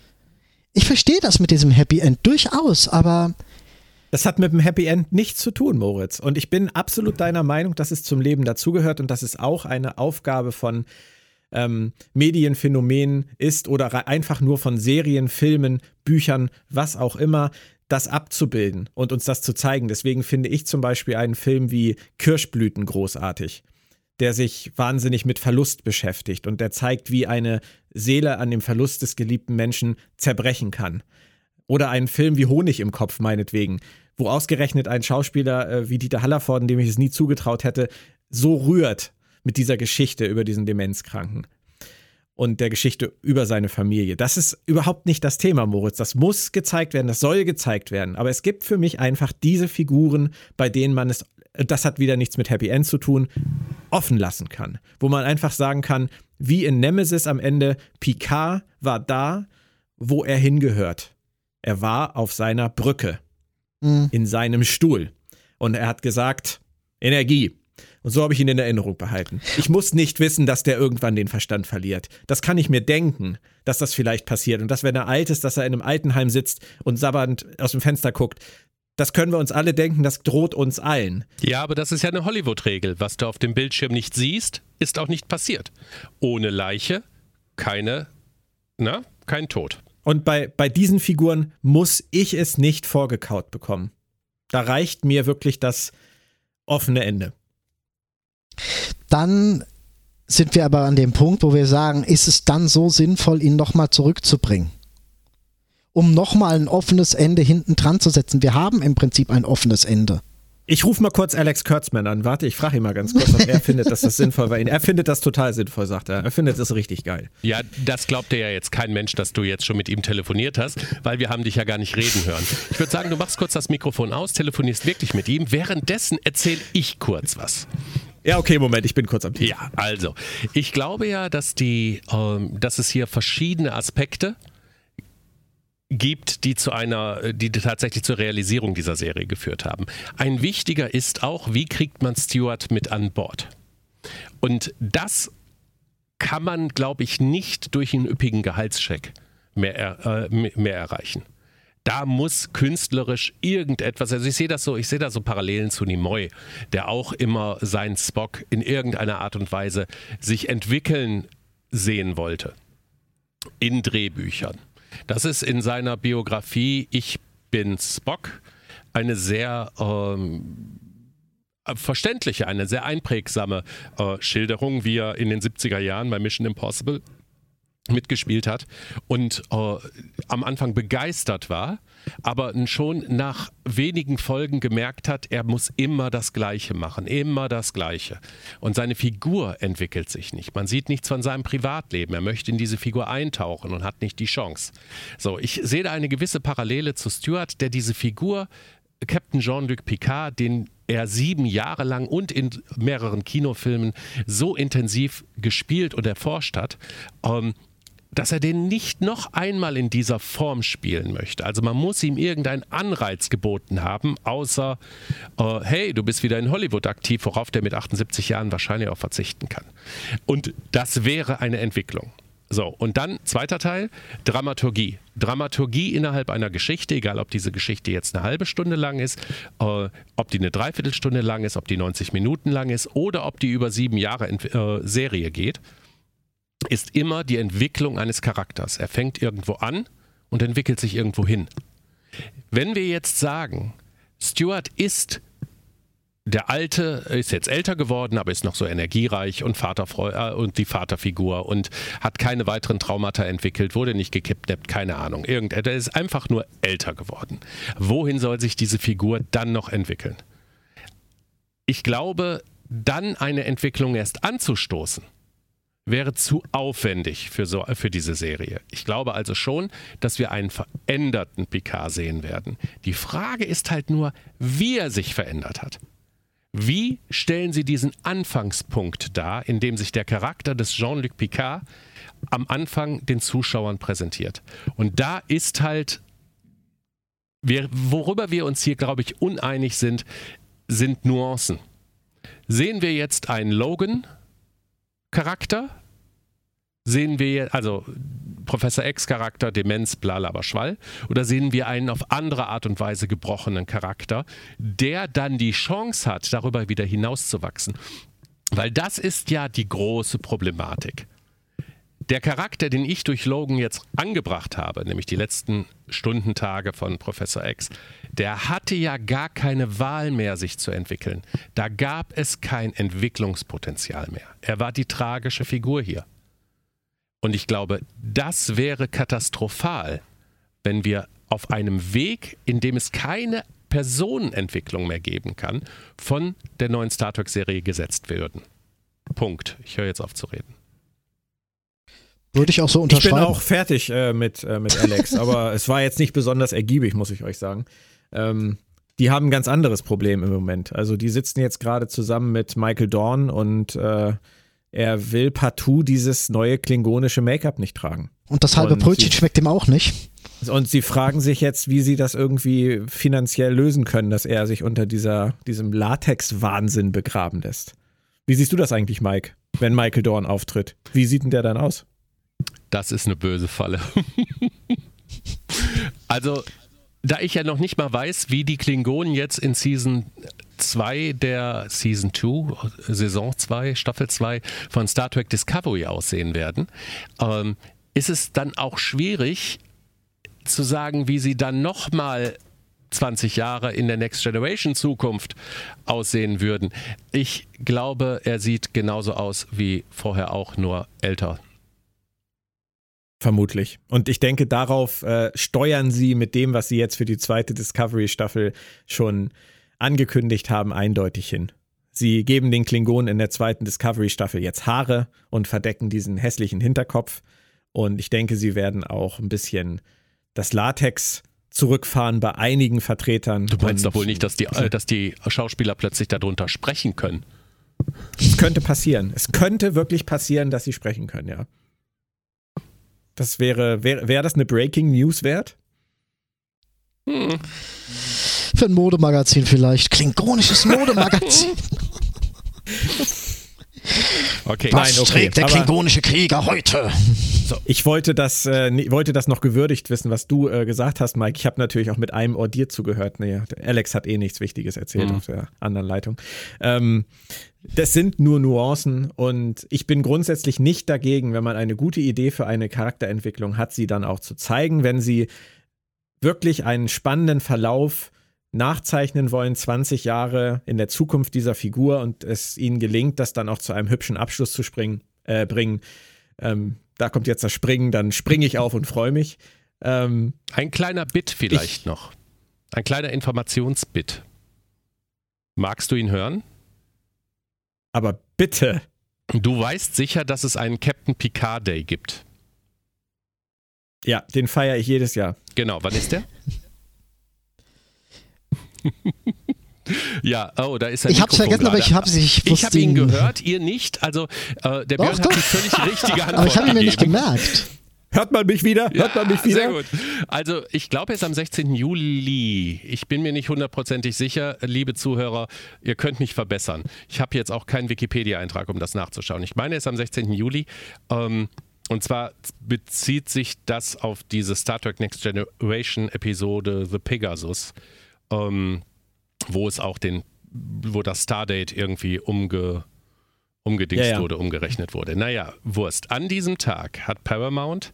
Ich verstehe das mit diesem Happy End durchaus, aber das hat mit dem Happy End nichts zu tun, Moritz. Und ich bin absolut deiner Meinung, dass es zum Leben dazugehört und dass es auch eine Aufgabe von ähm, Medienphänomenen ist oder einfach nur von Serien, Filmen, Büchern, was auch immer, das abzubilden und uns das zu zeigen. Deswegen finde ich zum Beispiel einen Film wie Kirschblüten großartig, der sich wahnsinnig mit Verlust beschäftigt und der zeigt, wie eine Seele an dem Verlust des geliebten Menschen zerbrechen kann. Oder einen Film wie Honig im Kopf, meinetwegen, wo ausgerechnet ein Schauspieler äh, wie Dieter Hallervorden, dem ich es nie zugetraut hätte, so rührt mit dieser Geschichte über diesen Demenzkranken und der Geschichte über seine Familie. Das ist überhaupt nicht das Thema, Moritz. Das muss gezeigt werden, das soll gezeigt werden. Aber es gibt für mich einfach diese Figuren, bei denen man es, das hat wieder nichts mit Happy End zu tun, offen lassen kann. Wo man einfach sagen kann, wie in Nemesis am Ende, Picard war da, wo er hingehört. Er war auf seiner Brücke, mhm. in seinem Stuhl. Und er hat gesagt, Energie. Und so habe ich ihn in Erinnerung behalten. Ich muss nicht wissen, dass der irgendwann den Verstand verliert. Das kann ich mir denken, dass das vielleicht passiert. Und dass, wenn er alt ist, dass er in einem Altenheim sitzt und sabbernd aus dem Fenster guckt. Das können wir uns alle denken, das droht uns allen. Ja, aber das ist ja eine Hollywood-Regel. Was du auf dem Bildschirm nicht siehst, ist auch nicht passiert. Ohne Leiche keine, na, kein Tod. Und bei, bei diesen Figuren muss ich es nicht vorgekaut bekommen. Da reicht mir wirklich das offene Ende. Dann sind wir aber an dem Punkt, wo wir sagen, ist es dann so sinnvoll, ihn nochmal zurückzubringen? Um nochmal ein offenes Ende hinten dran zu setzen. Wir haben im Prinzip ein offenes Ende. Ich rufe mal kurz Alex Kurtzman an. Warte, ich frage ihn mal ganz kurz, ob er findet, dass das sinnvoll war. Er findet das total sinnvoll, sagt er. Er findet das richtig geil. Ja, das glaubt dir ja jetzt kein Mensch, dass du jetzt schon mit ihm telefoniert hast, weil wir haben dich ja gar nicht reden hören. Ich würde sagen, du machst kurz das Mikrofon aus, telefonierst wirklich mit ihm. Währenddessen erzähle ich kurz was. Ja, okay, Moment, ich bin kurz am Tisch. Ja, also, ich glaube ja, dass, die, ähm, dass es hier verschiedene Aspekte gibt, die zu einer, die tatsächlich zur Realisierung dieser Serie geführt haben. Ein wichtiger ist auch, wie kriegt man Stewart mit an Bord? Und das kann man, glaube ich, nicht durch einen üppigen Gehaltscheck mehr, äh, mehr erreichen. Da muss künstlerisch irgendetwas, also ich sehe das so, ich sehe da so Parallelen zu Nimoy, der auch immer seinen Spock in irgendeiner Art und Weise sich entwickeln sehen wollte. In Drehbüchern. Das ist in seiner Biografie Ich bin Spock eine sehr ähm, verständliche, eine sehr einprägsame äh, Schilderung, wie er in den siebziger Jahren bei Mission Impossible mitgespielt hat und äh, am Anfang begeistert war, aber schon nach wenigen Folgen gemerkt hat, er muss immer das Gleiche machen, immer das Gleiche. Und seine Figur entwickelt sich nicht. Man sieht nichts von seinem Privatleben. Er möchte in diese Figur eintauchen und hat nicht die Chance. So, ich sehe da eine gewisse Parallele zu Stewart, der diese Figur, Captain Jean-Luc Picard, den er sieben Jahre lang und in mehreren Kinofilmen so intensiv gespielt und erforscht hat, ähm, dass er den nicht noch einmal in dieser Form spielen möchte. Also man muss ihm irgendeinen Anreiz geboten haben, außer, äh, hey, du bist wieder in Hollywood aktiv, worauf der mit achtundsiebzig Jahren wahrscheinlich auch verzichten kann. Und das wäre eine Entwicklung. So, und dann zweiter Teil, Dramaturgie. Dramaturgie innerhalb einer Geschichte, egal ob diese Geschichte jetzt eine halbe Stunde lang ist, äh, ob die eine Dreiviertelstunde lang ist, ob die neunzig Minuten lang ist oder ob die über sieben Jahre in äh, Serie geht, ist immer die Entwicklung eines Charakters. Er fängt irgendwo an und entwickelt sich irgendwo hin. Wenn wir jetzt sagen, Stewart ist der Alte, ist jetzt älter geworden, aber ist noch so energiereich und, Vaterfreu- äh, und die Vaterfigur und hat keine weiteren Traumata entwickelt, wurde nicht gekidnappt, keine Ahnung. Irgend, er ist einfach nur älter geworden. Wohin soll sich diese Figur dann noch entwickeln? Ich glaube, dann eine Entwicklung erst anzustoßen, wäre zu aufwendig für, so, für diese Serie. Ich glaube also schon, dass wir einen veränderten Picard sehen werden. Die Frage ist halt nur, wie er sich verändert hat. Wie stellen Sie diesen Anfangspunkt dar, in dem sich der Charakter des Jean-Luc Picard am Anfang den Zuschauern präsentiert? Und da ist halt, wir, worüber wir uns hier, glaube ich, uneinig sind, sind Nuancen. Sehen wir jetzt einen Logan Charakter, sehen wir, also Professor X Charakter, Demenz, blabla, Schwall, oder sehen wir einen auf andere Art und Weise gebrochenen Charakter, der dann die Chance hat, darüber wieder hinauszuwachsen. Weil das ist ja die große Problematik. Der Charakter, den ich durch Logan jetzt angebracht habe, nämlich die letzten Stundentage von Professor X, der hatte ja gar keine Wahl mehr, sich zu entwickeln. Da gab es kein Entwicklungspotenzial mehr. Er war die tragische Figur hier. Und ich glaube, das wäre katastrophal, wenn wir auf einem Weg, in dem es keine Personenentwicklung mehr geben kann, von der neuen Star Trek-Serie gesetzt würden. Punkt. Ich höre jetzt auf zu reden. Würde ich auch so unterschreiben. Ich bin auch fertig äh, mit, äh, mit Alex, aber es war jetzt nicht besonders ergiebig, muss ich euch sagen. Ähm, die haben ein ganz anderes Problem im Moment. Also die sitzen jetzt gerade zusammen mit Michael Dorn und äh, er will partout dieses neue klingonische Make-up nicht tragen. Und das halbe und Brötchen sie, schmeckt ihm auch nicht. Und sie fragen sich jetzt, wie sie das irgendwie finanziell lösen können, dass er sich unter dieser, diesem Latex-Wahnsinn begraben lässt. Wie siehst du das eigentlich, Mike, wenn Michael Dorn auftritt? Wie sieht denn der dann aus? Das ist eine böse Falle. Also, da ich ja noch nicht mal weiß, wie die Klingonen jetzt in Season zwei der Season zwei, Saison zwei, Staffel zwei von Star Trek Discovery aussehen werden, ähm, ist es dann auch schwierig zu sagen, wie sie dann nochmal zwanzig Jahre in der Next Generation Zukunft aussehen würden. Ich glaube, er sieht genauso aus wie vorher auch, nur älter. Vermutlich. Und ich denke, darauf äh, steuern sie mit dem, was sie jetzt für die zweite Discovery-Staffel schon angekündigt haben, eindeutig hin. Sie geben den Klingonen in der zweiten Discovery-Staffel jetzt Haare und verdecken diesen hässlichen Hinterkopf. Und ich denke, sie werden auch ein bisschen das Latex zurückfahren bei einigen Vertretern. Du meinst doch wohl nicht, dass die, dass die Schauspieler plötzlich darunter sprechen können? Es könnte passieren. Es könnte wirklich passieren, dass sie sprechen können, ja. Das wäre, wäre, wäre das eine Breaking News wert? Hm. Für ein Modemagazin vielleicht. Klingonisches Modemagazin. Okay. Was Nein, okay. trägt der Aber klingonische Krieger heute? So. Ich wollte das, äh, wollte das noch gewürdigt wissen, was du äh, gesagt hast, Mike. Ich habe natürlich auch mit einem Ohr dir zugehört. Nee, Alex hat eh nichts Wichtiges erzählt mhm. auf der anderen Leitung. Ähm, das sind nur Nuancen und ich bin grundsätzlich nicht dagegen, wenn man eine gute Idee für eine Charakterentwicklung hat, sie dann auch zu zeigen, wenn sie wirklich einen spannenden Verlauf nachzeichnen wollen, zwanzig Jahre in der Zukunft dieser Figur und es ihnen gelingt, das dann auch zu einem hübschen Abschluss zu springen, äh, bringen. Ähm, da kommt jetzt das Springen, dann springe ich auf und freue mich. Ähm, Ein kleiner Bit vielleicht ich, noch. Ein kleiner Informationsbit. Magst du ihn hören? Aber bitte. Du weißt sicher, dass es einen Captain Picard Day gibt. Ja, den feiere ich jedes Jahr. Genau, wann ist der? Ja, oh, da ist er. Ich hab's vergessen, gerade. aber ich hab's nicht. Ich habe ihn gehört, ihr nicht. Also, äh, der Doch, Björn doch. hat die völlig richtige Antwort Aber ich habe ihn mir nicht gegeben. gemerkt. Hört man mich wieder? Hört Ja, man mich wieder? sehr gut. Also, ich glaube, er ist am sechzehnten Juli. Ich bin mir nicht hundertprozentig sicher. Liebe Zuhörer, ihr könnt mich verbessern. Ich habe jetzt auch keinen Wikipedia-Eintrag, um das nachzuschauen. Ich meine, er ist am sechzehnten Juli. Ähm, Und zwar bezieht sich das auf diese Star Trek Next Generation Episode The Pegasus, ähm, wo es auch den, wo das Stardate irgendwie umge, umgedingst Ja, ja. wurde, umgerechnet wurde. Naja, Wurst. An diesem Tag hat Paramount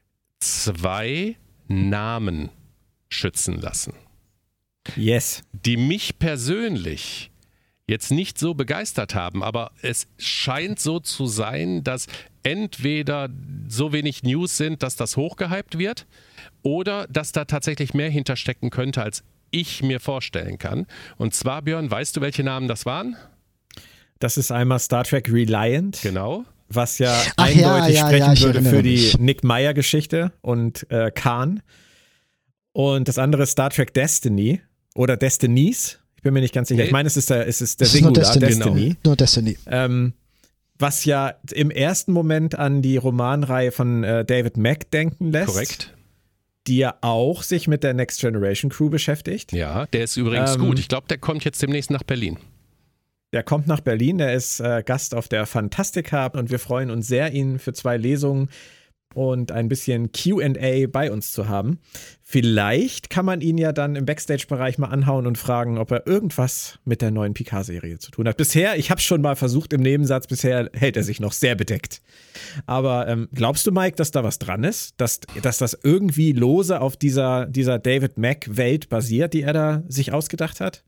zwei Namen schützen lassen, Yes. die mich persönlich jetzt nicht so begeistert haben, aber es scheint so zu sein, dass entweder so wenig News sind, dass das hochgehypt wird, oder dass da tatsächlich mehr hinterstecken könnte, als ich mir vorstellen kann. Und zwar, Björn, weißt du, welche Namen das waren? Das ist einmal Star Trek Reliant, Genau. was ja Ach ja, eindeutig ja, sprechen ja, ich würde erinnere für die mich. Nick Meyer-Geschichte und äh, Khan. Und das andere ist Star Trek Destiny oder Destinies. Ich bin mir nicht ganz sicher. Ich meine, es ist der, es ist der Es ist nur Singular, Destiny. Destiny. Genau. Nur Destiny. Ähm, was ja im ersten Moment an die Romanreihe von äh, David Mack denken lässt. Korrekt. Die ja auch sich mit der Next Generation Crew beschäftigt. Ja, der ist übrigens Ähm, gut. Ich glaube, der kommt jetzt demnächst nach Berlin. Der kommt nach Berlin, der ist äh, Gast auf der Fantastica und wir freuen uns sehr, ihn für zwei Lesungen und ein bisschen Q and A bei uns zu haben. Vielleicht kann man ihn ja dann im Backstage-Bereich mal anhauen und fragen, ob er irgendwas mit der neuen Picard-Serie zu tun hat. Bisher, ich habe es schon mal versucht im Nebensatz, bisher hält er sich noch sehr bedeckt. Aber ähm, glaubst du, Mike, dass da was dran ist? Dass, dass das irgendwie lose auf dieser, dieser David Mack-Welt basiert, die er da sich ausgedacht hat?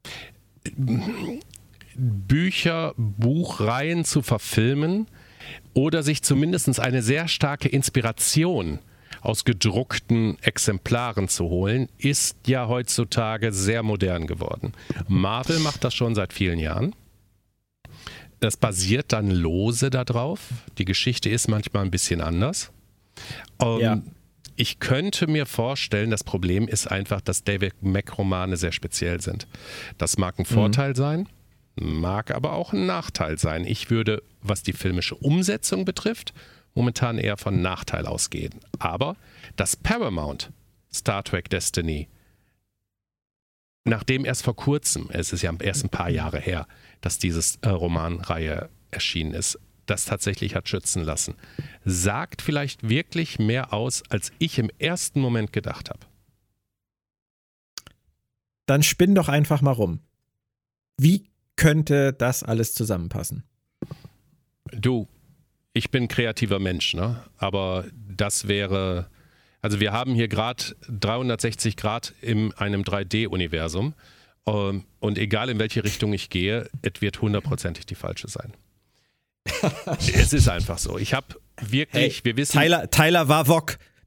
Bücher, Buchreihen zu verfilmen oder sich zumindest eine sehr starke Inspiration aus gedruckten Exemplaren zu holen, ist ja heutzutage sehr modern geworden. Marvel macht das schon seit vielen Jahren. Das basiert dann lose darauf. Die Geschichte ist manchmal ein bisschen anders. Ähm, Ja. Ich könnte mir vorstellen, das Problem ist einfach, dass David Mack-Romane sehr speziell sind. Das mag ein Vorteil sein, mag aber auch ein Nachteil sein. Ich würde, was die filmische Umsetzung betrifft, momentan eher von Nachteil ausgehen. Aber dass Paramount Star Trek Destiny, nachdem erst vor kurzem, es ist ja erst ein paar Jahre her, dass diese äh, Romanreihe erschienen ist, das tatsächlich hat schützen lassen, sagt vielleicht wirklich mehr aus, als ich im ersten Moment gedacht habe. Dann spinn doch einfach mal rum. Wie könnte das alles zusammenpassen? Du, ich bin ein kreativer Mensch, ne? Aber das wäre, also wir haben hier gerade dreihundertsechzig Grad in einem drei D-Universum ähm, und egal in welche Richtung ich gehe, es wird hundertprozentig die falsche sein. Es ist einfach so. Ich habe wirklich, Hey, wir wissen... Tyler, Tyler Warwock,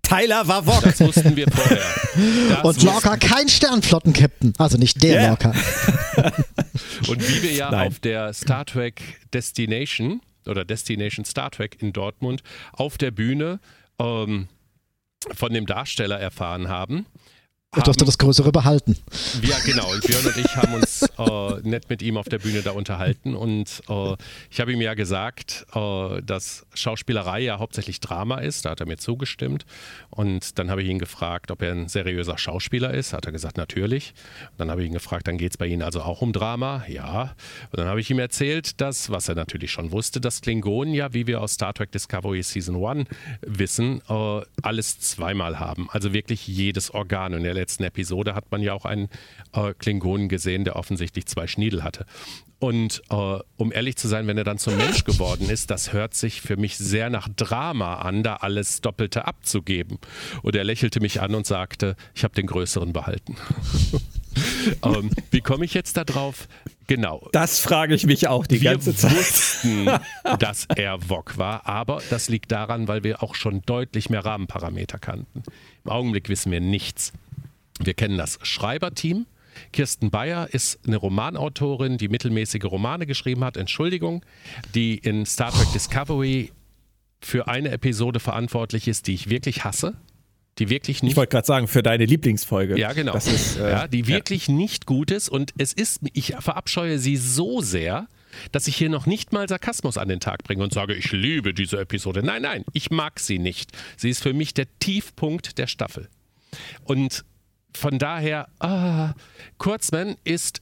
Tyler war Vogue. Das wussten wir vorher. Das Und Lorca kein Sternflotten-Captain. Also nicht der Yeah. Lorca. Und wie wir ja Nein. auf der Star Trek Destination oder Destination Star Trek in Dortmund auf der Bühne ähm, von dem Darsteller erfahren haben. Du hast doch das Größere behalten. Ja, genau. Und Björn und ich haben uns äh, nett mit ihm auf der Bühne da unterhalten. Und äh, ich habe ihm ja gesagt, äh, dass Schauspielerei ja hauptsächlich Drama ist. Da hat er mir zugestimmt. Und dann habe ich ihn gefragt, ob er ein seriöser Schauspieler ist. Hat er gesagt, natürlich. Und dann habe ich ihn gefragt, dann geht es bei Ihnen also auch um Drama? Ja. Und dann habe ich ihm erzählt, dass, was er natürlich schon wusste, dass Klingonen ja, wie wir aus Star Trek Discovery Season eins wissen, äh, alles zweimal haben. Also wirklich jedes Organ. Und er letzten Episode hat man ja auch einen äh, Klingonen gesehen, der offensichtlich zwei Schniedel hatte. Und äh, um ehrlich zu sein, wenn er dann zum Mensch geworden ist, das hört sich für mich sehr nach Drama an, da alles Doppelte abzugeben. Und er lächelte mich an und sagte, ich habe den Größeren behalten. ähm, wie komme ich jetzt da drauf? Genau. Das frage ich mich auch die wir ganze Zeit. Wir wussten, dass er Vogue war, aber das liegt daran, weil wir auch schon deutlich mehr Rahmenparameter kannten. Im Augenblick wissen wir nichts. Wir kennen das Schreiberteam. Kirsten Beyer ist eine Romanautorin, die mittelmäßige Romane geschrieben hat, Entschuldigung, die in Star Trek Discovery für eine Episode verantwortlich ist, die ich wirklich hasse. Die wirklich nicht. Ich wollte gerade sagen, für deine Lieblingsfolge. Ja, genau. Das ist, äh, ja, die wirklich ja. nicht gut ist. Und es ist, ich verabscheue sie so sehr, dass ich hier noch nicht mal Sarkasmus an den Tag bringe und sage, ich liebe diese Episode. Nein, nein, ich mag sie nicht. Sie ist für mich der Tiefpunkt der Staffel. Und von daher, ah, Kurtzman ist...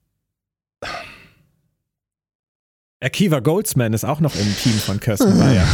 Akiva Goldsman ist auch noch im Team von Kirsten Beyer.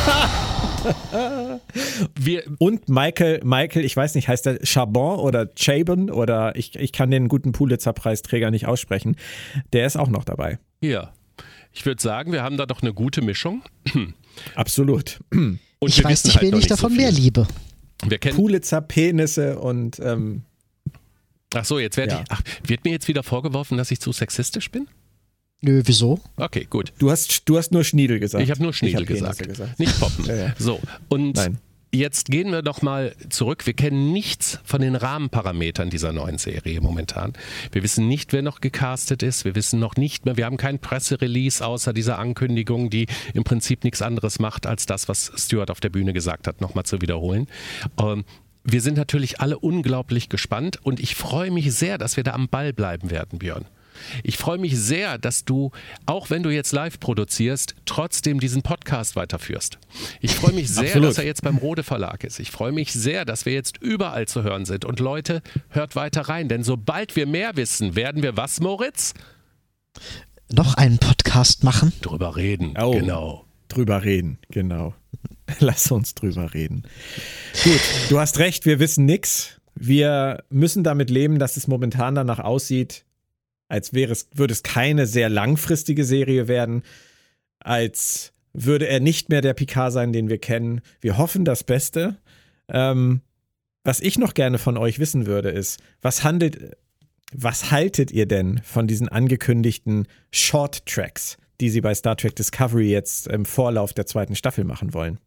Wir, Und Michael, Michael, ich weiß nicht, heißt der Chabon oder Chabon oder ich, ich kann den guten Pulitzer-Preisträger nicht aussprechen. Der ist auch noch dabei. ja, ich würde sagen, wir haben da doch eine gute Mischung. Absolut. Und Ich wir weiß wissen nicht, halt wen noch ich davon so mehr viel. liebe. Wir kennen, Pulitzer, Penisse und ähm, ach so, jetzt werde Ja. ich, ach, wird mir jetzt wieder vorgeworfen, dass ich zu sexistisch bin? Nö, wieso? Okay, gut. du hast, du hast nur Schniedel gesagt. Ich habe nur Schniedel hab gesagt. Penisse gesagt. Nicht Poppen. Ja, ja. So, und Nein. jetzt gehen wir doch mal zurück. Wir kennen nichts von den Rahmenparametern dieser neuen Serie momentan. Wir wissen nicht, wer noch gecastet ist. Wir wissen noch nicht mehr, wir haben kein Presserelease außer dieser Ankündigung, die im Prinzip nichts anderes macht, als das, was Stuart auf der Bühne gesagt hat, nochmal zu wiederholen. Ähm, wir sind natürlich alle unglaublich gespannt und ich freue mich sehr, dass wir da am Ball bleiben werden, Björn. Ich freue mich sehr, dass du, auch wenn du jetzt live produzierst, trotzdem diesen Podcast weiterführst. Ich freue mich sehr, Absolut. dass er jetzt beim Rode Verlag ist. Ich freue mich sehr, dass wir jetzt überall zu hören sind. Und Leute, hört weiter rein, denn sobald wir mehr wissen, werden wir was, Moritz? Noch einen Podcast machen? Drüber reden, Oh. genau. Drüber reden, genau. Lass uns drüber reden. Gut, du hast recht, wir wissen nichts. Wir müssen damit leben, dass es momentan danach aussieht, als wäre es, würde es keine sehr langfristige Serie werden, als würde er nicht mehr der Picard sein, den wir kennen. Wir hoffen das Beste. Ähm, was ich noch gerne von euch wissen würde, ist, was handelt, was haltet ihr denn von diesen angekündigten Short Tracks, die sie bei Star Trek Discovery jetzt im Vorlauf der zweiten Staffel machen wollen?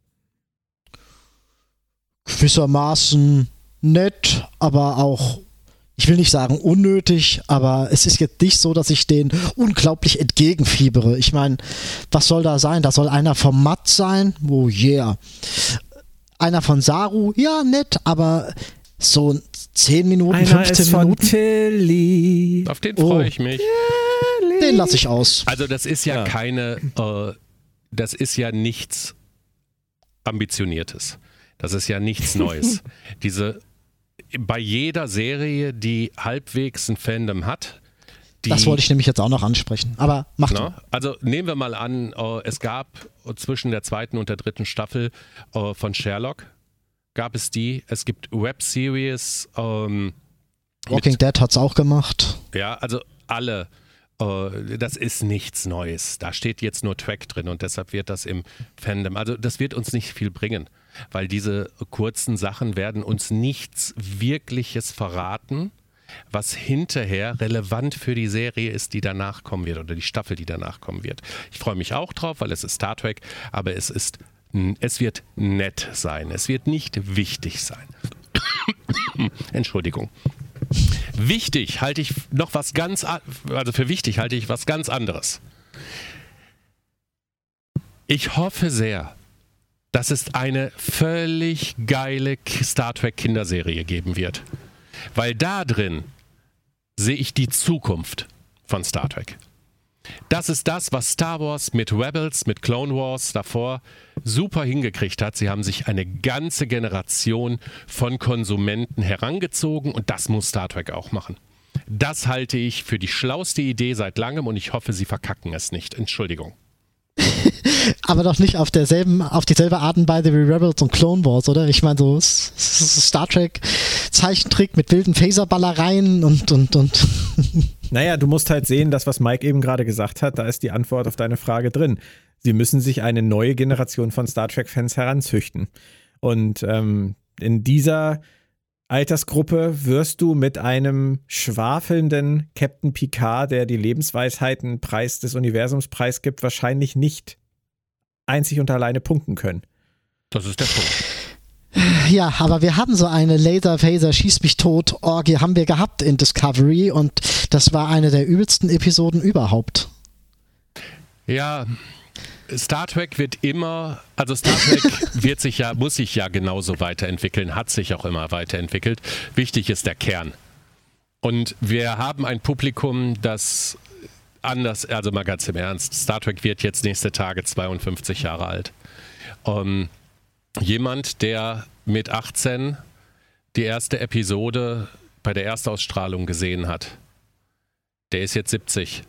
Gewissermaßen nett, aber auch, ich will nicht sagen unnötig, aber es ist jetzt nicht so, dass ich denen unglaublich entgegenfiebere. Ich meine, was soll da sein? Da soll einer vom Matt sein? Oh yeah. Einer von Saru? Ja, nett, aber so zehn Minuten, fünfzehn Minuten? Tilly. Auf den Oh. freue ich mich. Den lasse ich aus. Also das ist ja, Ja. keine, äh, das ist ja nichts Ambitioniertes. Das ist ja nichts Neues. Diese, bei jeder Serie, die halbwegs ein Fandom hat, die, Das wollte ich nämlich jetzt auch noch ansprechen. Aber macht na, also nehmen wir mal an, äh, es gab zwischen der zweiten und der dritten Staffel äh, von Sherlock, gab es die, es gibt Webseries, ähm, Walking Dead hat's auch gemacht. ja, also alle. Äh, das ist nichts Neues. Da steht jetzt nur Track drin und deshalb wird das im Fandom, also das wird uns nicht viel bringen, weil diese kurzen Sachen werden uns nichts Wirkliches verraten, was hinterher relevant für die Serie ist, die danach kommen wird oder die Staffel, die danach kommen wird. Ich freue mich auch drauf, weil es ist Star Trek, aber es ist es wird nett sein. Es wird nicht wichtig sein. Entschuldigung. Wichtig halte ich noch was ganz, also für wichtig halte ich was ganz anderes. Ich hoffe sehr, dass es eine völlig geile Star Trek Kinderserie geben wird. Weil da drin sehe ich die Zukunft von Star Trek. Das ist das, was Star Wars mit Rebels, mit Clone Wars davor super hingekriegt hat. Sie haben sich eine ganze Generation von Konsumenten herangezogen und das muss Star Trek auch machen. Das halte ich für die schlauste Idee seit langem und ich hoffe, sie verkacken es nicht. Entschuldigung. Aber doch nicht auf derselben, auf dieselbe Art und Weise wie Rebels und Clone Wars, oder? Ich meine, so Star Trek Zeichentrick mit wilden Phaserballereien und, und, und. Naja, du musst halt sehen, das, was Mike eben gerade gesagt hat, da ist die Antwort auf deine Frage drin. Sie müssen sich eine neue Generation von Star Trek-Fans heranzüchten. Und ähm, in dieser Altersgruppe wirst du mit einem schwafelnden Captain Picard, der die Lebensweisheiten Preis des Universums preisgibt, wahrscheinlich nicht einzig und alleine punkten können. Das ist der Punkt. Ja, aber wir haben so eine Laser-Phaser-Schieß-mich-tot-Orgie haben wir gehabt in Discovery und das war eine der übelsten Episoden überhaupt. Ja, Star Trek wird immer, also Star Trek wird sich ja, muss sich ja genauso weiterentwickeln, hat sich auch immer weiterentwickelt. Wichtig ist der Kern. Und wir haben ein Publikum, das anders, also mal ganz im Ernst, Star Trek wird jetzt nächste Tage zweiundfünfzig Jahre alt. Um, jemand, der mit achtzehn die erste Episode bei der Erstausstrahlung gesehen hat, der ist jetzt siebzig.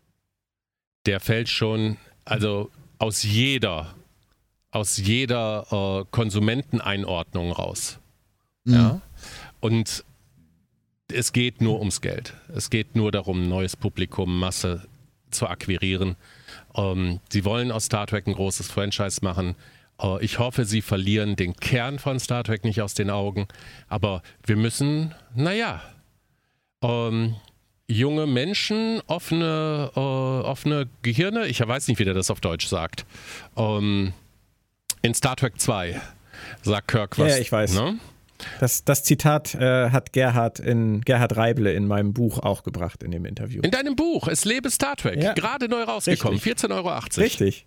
Der fällt schon, also aus jeder, aus jeder äh, Konsumenteneinordnung raus. Mhm. Ja? Und es geht nur ums Geld. Es geht nur darum, neues Publikum, Masse zu akquirieren. Ähm, sie wollen aus Star Trek ein großes Franchise machen. Äh, ich hoffe, sie verlieren den Kern von Star Trek nicht aus den Augen. Aber wir müssen, naja, ähm, junge Menschen, offene, äh, offene Gehirne, ich weiß nicht, wie der das auf Deutsch sagt. Ähm, in Star Trek zwei sagt Kirk was. Ja, ich weiß. Ne? Das, das Zitat äh, hat Gerhard, in, Gerhard Reible in meinem Buch auch gebracht in dem Interview. In deinem Buch, Es lebe Star Trek, ja. Gerade neu rausgekommen, Richtig. vierzehn Euro achtzig. Richtig.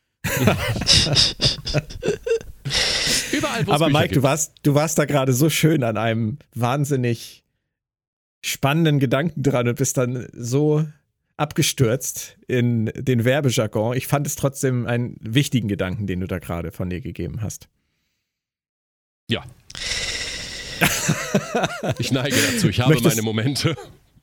Überall, wo es Aber Bücher Mike, gibt. du warst, du warst da gerade so schön an einem wahnsinnig spannenden Gedanken dran und bist dann so abgestürzt in den Werbejargon. Ich fand es trotzdem einen wichtigen Gedanken, den du da gerade von dir gegeben hast. Ja. Ich neige dazu, ich habe Möchtest- meine Momente.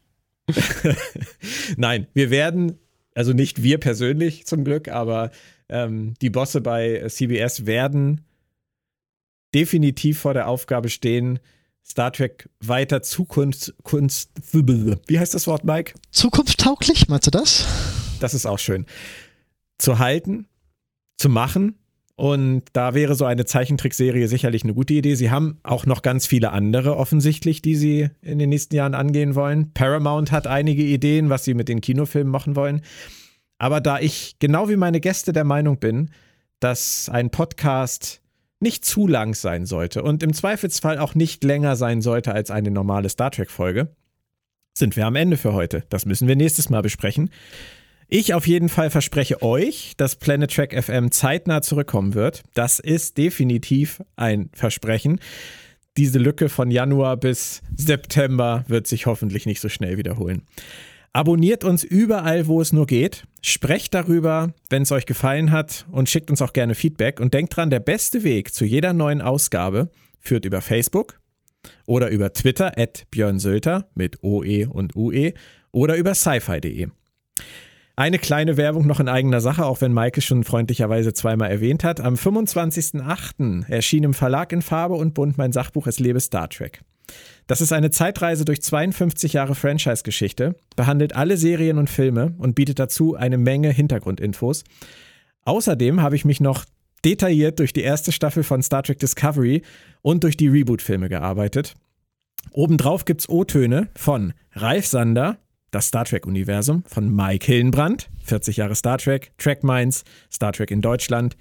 Nein, wir werden, also nicht wir persönlich zum Glück, aber ähm, die Bosse bei C B S werden definitiv vor der Aufgabe stehen, Star Trek weiter Zukunft, Kunst, wie heißt das Wort, Mike? Zukunftstauglich, meinst du das? Das ist auch schön. Zu halten, zu machen. Und da wäre so eine Zeichentrickserie sicherlich eine gute Idee. Sie haben auch noch ganz viele andere offensichtlich, die sie in den nächsten Jahren angehen wollen. Paramount hat einige Ideen, was sie mit den Kinofilmen machen wollen. Aber da ich genau wie meine Gäste der Meinung bin, dass ein Podcast nicht zu lang sein sollte und im Zweifelsfall auch nicht länger sein sollte als eine normale Star Trek-Folge, sind wir am Ende für heute. Das müssen wir nächstes Mal besprechen. Ich auf jeden Fall verspreche euch, dass Planet Trek F M zeitnah zurückkommen wird. Das ist definitiv ein Versprechen. Diese Lücke von Januar bis September wird sich hoffentlich nicht so schnell wiederholen. Abonniert uns überall, wo es nur geht. Sprecht darüber, wenn es euch gefallen hat und schickt uns auch gerne Feedback. Und denkt dran, der beste Weg zu jeder neuen Ausgabe führt über Facebook oder über Twitter at Björn Sülter mit O E und U E oder über sci fi punkt de. Eine kleine Werbung noch in eigener Sache, auch wenn Maike schon freundlicherweise zweimal erwähnt hat. Am fünfundzwanzigsten achten erschien im Verlag in Farbe und Bunt mein Sachbuch Es lebe Star Trek. Das ist eine Zeitreise durch zweiundfünfzig Jahre Franchise-Geschichte, behandelt alle Serien und Filme und bietet dazu eine Menge Hintergrundinfos. Außerdem habe ich mich noch detailliert durch die erste Staffel von Star Trek Discovery und durch die Reboot-Filme gearbeitet. Obendrauf gibt's O-Töne von Ralf Sander, das Star Trek-Universum, von Mike Hillenbrand, vierzig Jahre Star Trek, Track Minds, Star Trek in Deutschland,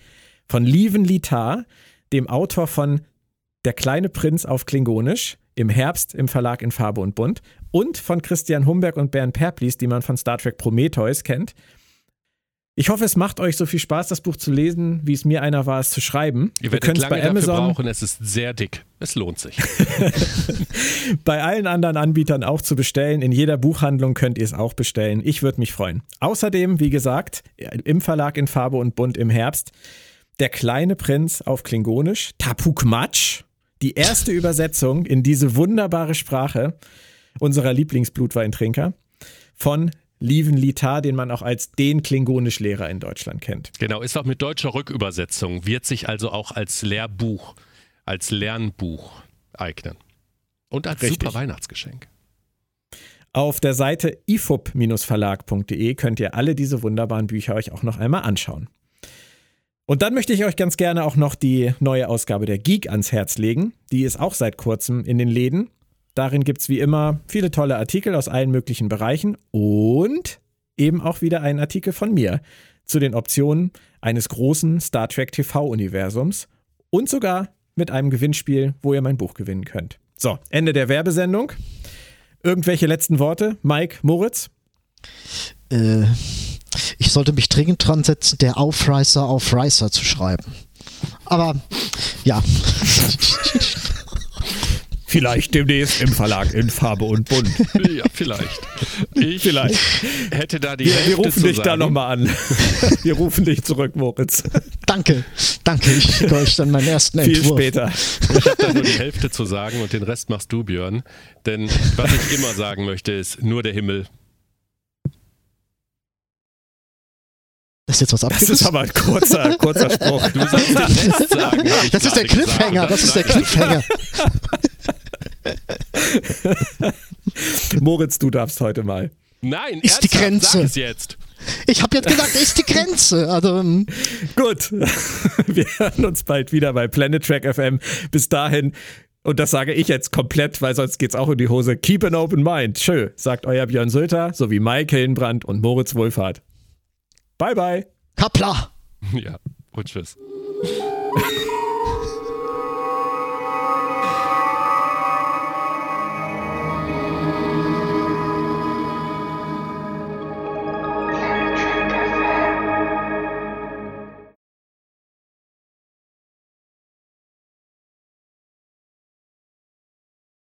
von Lieven Litar, dem Autor von Der kleine Prinz auf Klingonisch, im Herbst im Verlag in Farbe und Bunt, und von Christian Humberg und Bernd Perplis, die man von Star Trek Prometheus kennt. Ich hoffe, es macht euch so viel Spaß, das Buch zu lesen, wie es mir einer war, es zu schreiben. Ihr werdet lange bei Amazon dafür brauchen, es ist sehr dick. Es lohnt sich. Bei allen anderen Anbietern auch zu bestellen. In jeder Buchhandlung könnt ihr es auch bestellen. Ich würde mich freuen. Außerdem, wie gesagt, im Verlag in Farbe und Bunt im Herbst, Der kleine Prinz auf Klingonisch, Tapuk Matsch, die erste Übersetzung in diese wunderbare Sprache unserer Lieblingsblutweintrinker von Lieven Litar, den man auch als den Klingonisch-Lehrer in Deutschland kennt. Genau, ist auch mit deutscher Rückübersetzung, wird sich also auch als Lehrbuch, als Lernbuch eignen. Und als Richtig. Super Weihnachtsgeschenk. Auf der Seite i f u b Verlag punkt de könnt ihr alle diese wunderbaren Bücher euch auch noch einmal anschauen. Und dann möchte ich euch ganz gerne auch noch die neue Ausgabe der Geek ans Herz legen. Die ist auch seit kurzem in den Läden. Darin gibt es wie immer viele tolle Artikel aus allen möglichen Bereichen und eben auch wieder einen Artikel von mir zu den Optionen eines großen Star Trek T V-Universums und sogar mit einem Gewinnspiel, wo ihr mein Buch gewinnen könnt. So, Ende der Werbesendung. Irgendwelche letzten Worte? Mike, Moritz? Äh, ich sollte mich dringend dran setzen, der Aufreißer auf Reißer zu schreiben. Aber, ja. Vielleicht demnächst im Verlag in Farbe und Bunt. Ja, vielleicht. Ich vielleicht. hätte da die wir, Hälfte wir rufen zu dich sagen. da nochmal an. Wir rufen dich zurück, Moritz. Danke, danke. Ich schicke euch dann meinen ersten Viel Entwurf. später. Ich habe da nur die Hälfte zu sagen und den Rest machst du, Björn. Denn was ich immer sagen möchte, ist nur der Himmel. Das ist jetzt was Das abgerissen? ist aber ein kurzer, kurzer Spruch. Du sollst den Rest sagen. hab ich Das ist der gerade Cliffhanger, gesagt. das ist der Nein. Cliffhanger. Moritz, du darfst heute mal. Nein, Ist die ernsthaft, Grenze. Sag es jetzt. Ich habe jetzt gesagt, das ist die Grenze. Also, ähm, Gut, wir hören uns bald wieder bei Planet Trek F M. Bis dahin, und das sage ich jetzt komplett, weil sonst geht's auch in die Hose, keep an open mind. Tschö, sagt euer Björn Sülter sowie Mike Hillenbrand und Moritz Wohlfahrt. Bye, bye. Kapla. Ja, und tschüss.